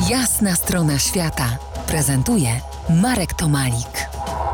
Jasna strona świata prezentuje Marek Tomalik.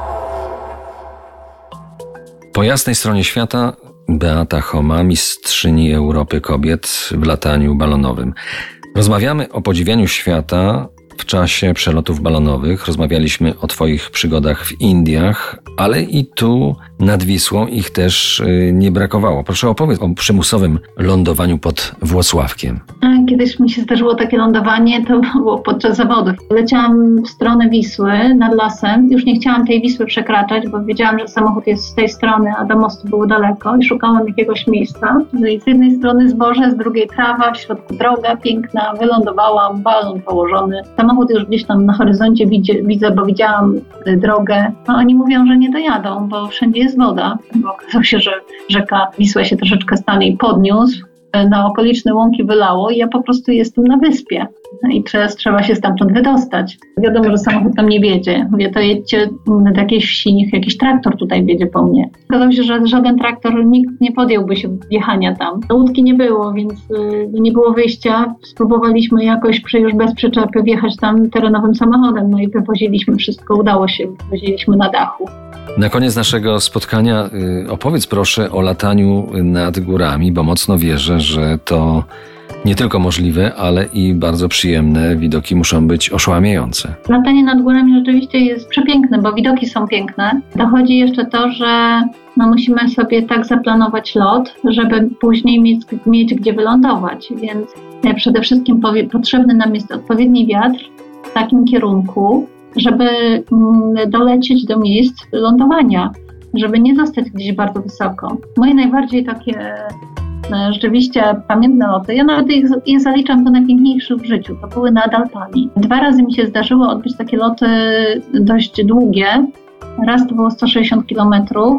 Po jasnej stronie świata Beata Homa, mistrzyni Europy kobiet w lataniu balonowym. Rozmawiamy o podziwianiu świata w czasie przelotów balonowych. Rozmawialiśmy o Twoich przygodach w Indiach, ale i tu nad Wisłą ich też nie brakowało. Proszę opowiedz o przymusowym lądowaniu pod Włocławkiem. Kiedyś mi się zdarzyło takie lądowanie, to było podczas zawodów. Leciałam w stronę Wisły nad lasem. Już nie chciałam tej Wisły przekraczać, bo wiedziałam, że samochód jest z tej strony, a do mostu było daleko i szukałam jakiegoś miejsca. No i z jednej strony zboże, z drugiej trawa, w środku droga piękna. Wylądowałam, balon położony. Samochód już gdzieś tam na horyzoncie widzę, bo widziałam drogę. A oni mówią, że nie dojadą, bo wszędzie jest woda. Bo okazało się, że rzeka Wisła się troszeczkę stanie podniósł. Na okoliczne łąki wylało i ja po prostu jestem na wyspie. I trzeba się stamtąd wydostać. Wiadomo, że samochód tam nie wiedzie. Mówię, to jedźcie do jakiejś wsi, niech jakiś traktor tutaj wiedzie po mnie. Okazało się, że żaden traktor, nikt nie podjąłby się wjechania tam. Łódki nie było, więc nie było wyjścia. Spróbowaliśmy jakoś już bez przyczepy wjechać tam terenowym samochodem. No i wywoziliśmy wszystko, udało się, wywoziliśmy na dachu. Na koniec naszego spotkania opowiedz proszę o lataniu nad górami, bo mocno wierzę, że to nie tylko możliwe, ale i bardzo przyjemne. Widoki muszą być oszałamiające. Latanie nad górami rzeczywiście jest przepiękne, bo widoki są piękne. Dochodzi jeszcze to, że musimy sobie tak zaplanować lot, żeby później mieć gdzie wylądować. Więc przede wszystkim potrzebny nam jest odpowiedni wiatr w takim kierunku, żeby dolecieć do miejsc lądowania, żeby nie zostać gdzieś bardzo wysoko. Moje najbardziej takie rzeczywiście pamiętne loty, ja nawet je zaliczam do najpiękniejszych w życiu, to były nad Alpami. 2 razy mi się zdarzyło odbyć takie loty dość długie. Raz to było 160 km,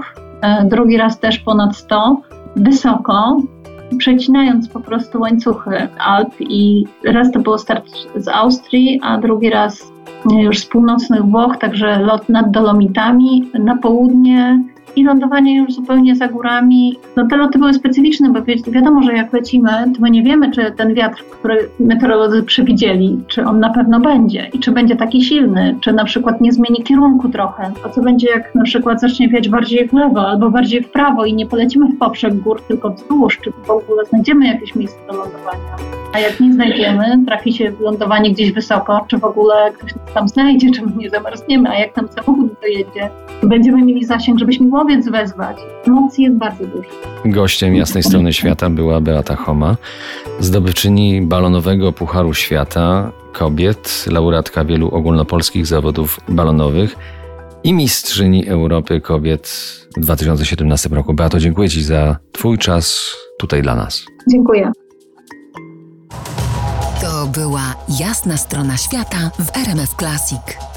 drugi raz też ponad 100, wysoko, przecinając po prostu łańcuchy Alp i raz to było start z Austrii, a drugi raz już z północnych Włoch, także lot nad Dolomitami, na południe i lądowanie już zupełnie za górami. Te loty były specyficzne, bo wiadomo, że jak lecimy, to my nie wiemy, czy ten wiatr, który meteorolodzy przewidzieli, czy on na pewno będzie i czy będzie taki silny, czy na przykład nie zmieni kierunku trochę. A co będzie, jak na przykład zacznie wiać bardziej w lewo albo bardziej w prawo i nie polecimy w poprzek gór, tylko wzdłuż, czy w ogóle znajdziemy jakieś miejsce do lądowania. A jak nie znajdziemy, trafi się lądowanie gdzieś wysoko, czy w ogóle ktoś nas tam znajdzie, czy my nie zamarzniemy, a jak tam samochód dojedzie, będziemy mieli zasięg, żeby śmigłowiec wezwać. Emocji jest bardzo dużo. Gościem Jasnej Strony Świata była Beata Homa, zdobywczyni balonowego Pucharu Świata kobiet, laureatka wielu ogólnopolskich zawodów balonowych i mistrzyni Europy kobiet w 2017 roku. Beato, dziękuję Ci za Twój czas tutaj dla nas. Dziękuję. To była Jasna Strona Świata w RMF Classic.